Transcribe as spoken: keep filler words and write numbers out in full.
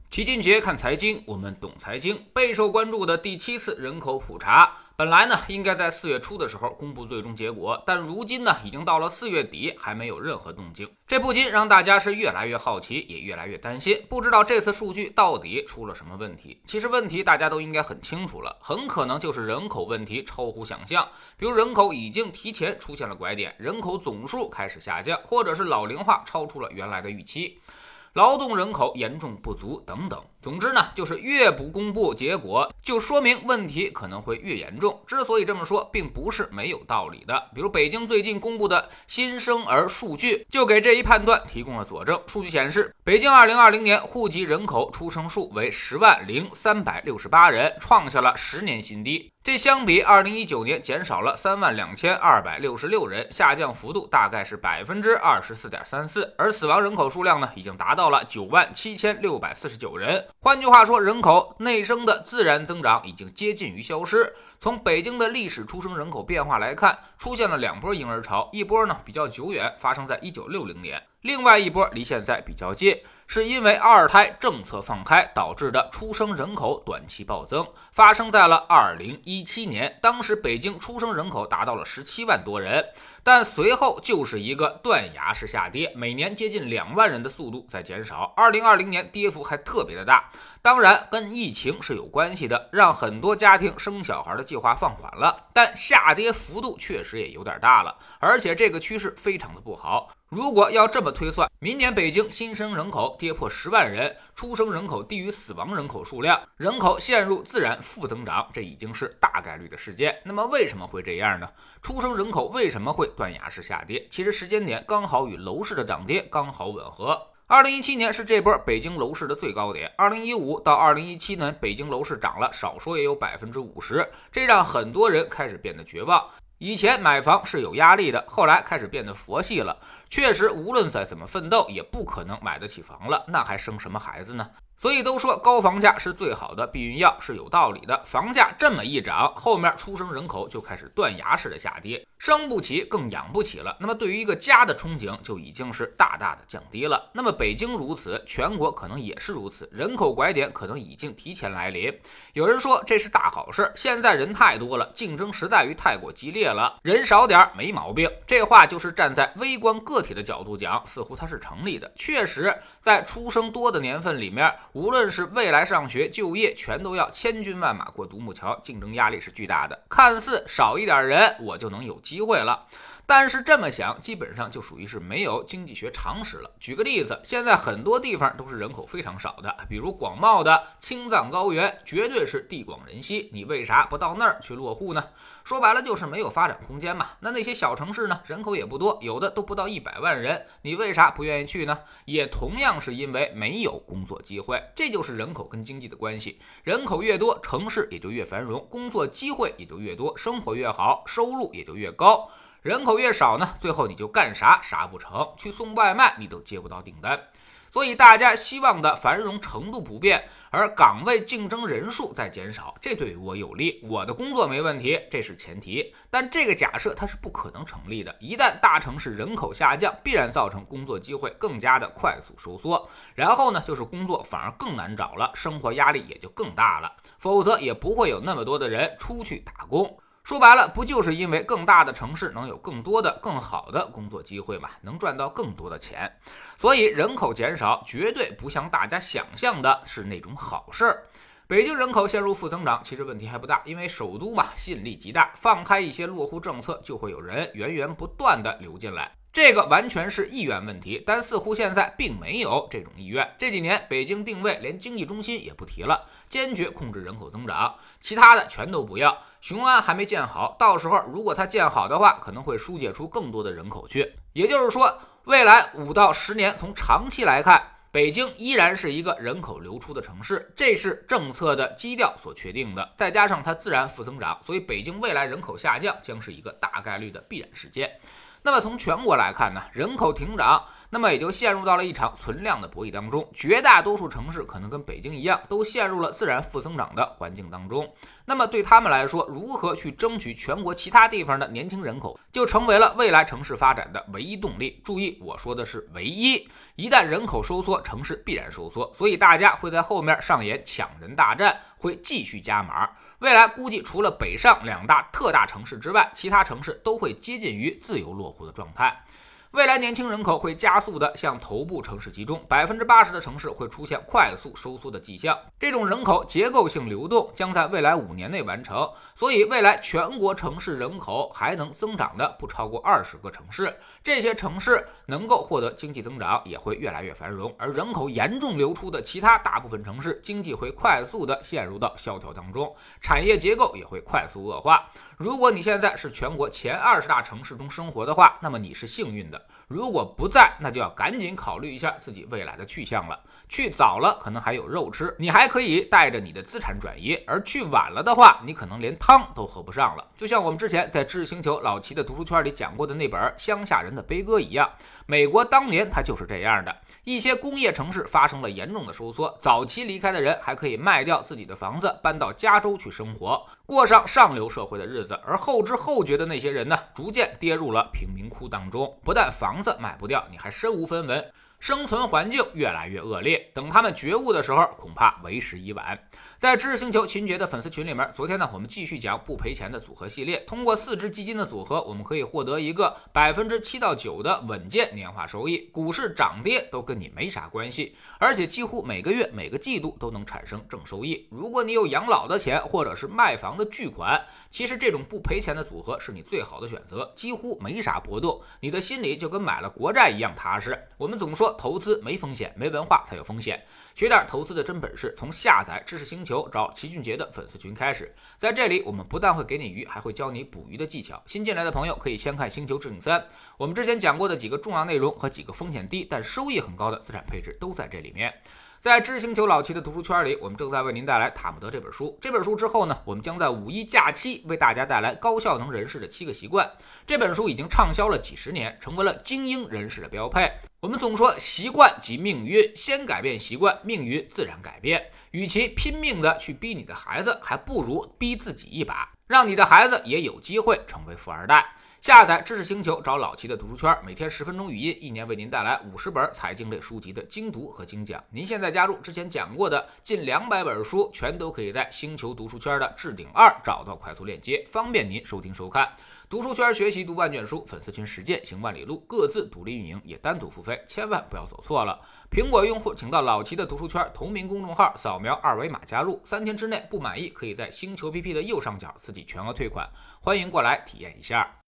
齐俊杰看财经，我们懂财经。备受关注的第七次人口普查，本来呢应该在四月初的时候公布最终结果，但如今呢已经到了四月底，还没有任何动静。这不禁让大家是越来越好奇，也越来越担心，不知道这次数据到底出了什么问题。其实问题大家都应该很清楚了，很可能就是人口问题超乎想象，比如人口已经提前出现了拐点，人口总数开始下降，或者是老龄化超出了原来的预期，劳动人口严重不足等等。总之呢，就是越不公布结果，就说明问题可能会越严重。之所以这么说，并不是没有道理的。比如北京最近公布的新生儿数据，就给这一判断提供了佐证。数据显示，北京二零二零年户籍人口出生数为十万零三百六十八人，创下了十年新低。这相比二零一九年减少了三万两千二百六十六人，下降幅度大概是 百分之二十四点三四， 而死亡人口数量呢，已经达到了九万七千六百四十九人。换句话说，人口内生的自然增长已经接近于消失。从北京的历史出生人口变化来看，出现了两波婴儿潮，一波呢比较久远，发生在一九六零年，另外一波离现在比较近，是因为二胎政策放开导致的出生人口短期暴增，发生在了二零一七年，当时北京出生人口达到了十七万多人，但随后就是一个断崖式下跌，每年接近两万人的速度在减少，二零二零年跌幅还特别的大，当然跟疫情是有关系的，让很多家庭生小孩的计划放缓了，但下跌幅度确实也有点大了，而且这个趋势非常的不好。如果要这么推算，明年北京新生人口跌破十万人，出生人口低于死亡人口数量，人口陷入自然负增长，这已经是大概率的事件。那么为什么会这样呢？出生人口为什么会断崖式下跌？其实时间点刚好与楼市的涨跌刚好吻合。二零一七年是这波北京楼市的最高点，二零一五到二零一七年北京楼市涨了少说也有 百分之五十， 这让很多人开始变得绝望。以前买房是有压力的，后来开始变得佛系了。确实无论再怎么奋斗也不可能买得起房了，那还生什么孩子呢？所以都说高房价是最好的避孕药，是有道理的。房价这么一涨，后面出生人口就开始断崖式的下跌，生不起更养不起了，那么对于一个家的憧憬就已经是大大的降低了。那么北京如此，全国可能也是如此，人口拐点可能已经提前来临。有人说这是大好事，现在人太多了，竞争实在于太过激烈了，人少点没毛病。这话就是站在微观个体的角度讲，似乎它是成立的。确实在出生多的年份里面，无论是未来上学就业，全都要千军万马过独木桥，竞争压力是巨大的。看似少一点人我就能有机会了，但是这么想基本上就属于是没有经济学常识了。举个例子，现在很多地方都是人口非常少的，比如广袤的青藏高原绝对是地广人稀，你为啥不到那儿去落户呢？说白了就是没有发展空间嘛。那那些小城市呢，人口也不多，有的都不到一百万人，你为啥不愿意去呢？也同样是因为没有工作机会。这就是人口跟经济的关系，人口越多，城市也就越繁荣，工作机会也就越多，生活越好，收入也就越高。人口越少呢，最后你就干啥啥不成，去送外卖你都接不到订单。所以大家希望的繁荣程度不变，而岗位竞争人数在减少，这对于我有利，我的工作没问题，这是前提。但这个假设它是不可能成立的，一旦大城市人口下降，必然造成工作机会更加的快速收缩，然后呢就是工作反而更难找了，生活压力也就更大了，否则也不会有那么多的人出去打工。说白了，不就是因为更大的城市能有更多的更好的工作机会嘛，能赚到更多的钱。所以人口减少绝对不像大家想象的是那种好事儿。北京人口陷入负增长，其实问题还不大，因为首都嘛，吸引力极大，放开一些落户政策，就会有人源源不断的流进来。这个完全是意愿问题，但似乎现在并没有这种意愿。这几年北京定位连经济中心也不提了，坚决控制人口增长，其他的全都不要。雄安还没建好，到时候如果它建好的话，可能会疏解出更多的人口去。也就是说，未来五到十年，从长期来看，北京依然是一个人口流出的城市，这是政策的基调所确定的，再加上它自然负增长，所以北京未来人口下降将是一个大概率的必然事件。那么从全国来看呢，人口停涨那么也就陷入到了一场存量的博弈当中。绝大多数城市可能跟北京一样，都陷入了自然负增长的环境当中。那么对他们来说，如何去争取全国其他地方的年轻人口，就成为了未来城市发展的唯一动力。注意，我说的是唯一。一旦人口收缩，城市必然收缩，所以大家会在后面上演抢人大战，会继续加码。未来估计除了北上两大特大城市之外，其他城市都会接近于自由落户的状态。未来年轻人口会加速的向头部城市集中， 百分之八十 的城市会出现快速收缩的迹象。这种人口结构性流动将在未来五年内完成，所以未来全国城市人口还能增长的不超过二十个城市。这些城市能够获得经济增长，也会越来越繁荣，而人口严重流出的其他大部分城市，经济会快速的陷入到萧条当中，产业结构也会快速恶化。如果你现在是全国前二十大城市中生活的话，那么你是幸运的。如果不在，那就要赶紧考虑一下自己未来的去向了。去早了可能还有肉吃，你还可以带着你的资产转移；而去晚了的话，你可能连汤都喝不上了。就像我们之前在知识星球老齐的读书圈里讲过的那本《乡下人的悲歌》一样，美国当年它就是这样的。一些工业城市发生了严重的收缩，早期离开的人还可以卖掉自己的房子，搬到加州去生活，过上上流社会的日子；而后知后觉的那些人呢，逐渐跌入了贫民窟当中，不但房子卖不掉，你还身无分文，生存环境越来越恶劣。等他们觉悟的时候，恐怕为时已晚。在知识星球秦爵的粉丝群里面，昨天呢，我们继续讲不赔钱的组合系列。通过四只基金的组合，我们可以获得一个百分之七到九的稳健年化收益，股市涨跌都跟你没啥关系，而且几乎每个月、每个季度都能产生正收益。如果你有养老的钱，或者是卖房的巨款，其实这种不赔钱的组合是你最好的选择，几乎没啥波动，你的心里就跟买了国债一样踏实。我们总说投资没风险，没文化才有风险。学点投资的真本事，从下载知识星球找齐俊杰的粉丝群开始。在这里，我们不但会给你鱼，还会教你捕鱼的技巧。新进来的朋友可以先看星球置顶三，我们之前讲过的几个重要内容和几个风险低但收益很高的资产配置都在这里面。在知识星球老齐的读书圈里，我们正在为您带来《塔木德》这本书。这本书之后呢，我们将在五一假期为大家带来《高效能人士的七个习惯》。这本书已经畅销了几十年，成为了精英人士的标配。我们总说习惯即命运，先改变习惯，命运自然改变。与其拼命的去逼你的孩子，还不如逼自己一把，让你的孩子也有机会成为富二代。下载知识星球，找老齐的读书圈，每天十分钟语音，一年为您带来五十本财经类书籍的精读和精讲。您现在加入之前讲过的近两百本书，全都可以在星球读书圈的置顶二找到快速链接，方便您收听收看。读书圈学习读万卷书，粉丝群实践行万里路，各自独立运营，也单独付费，千万不要走错了。苹果用户请到老齐的读书圈同名公众号，扫描二维码加入，三天之内不满意可以在星球 A P P 的右上角自己全额退款，欢迎过来体验一下。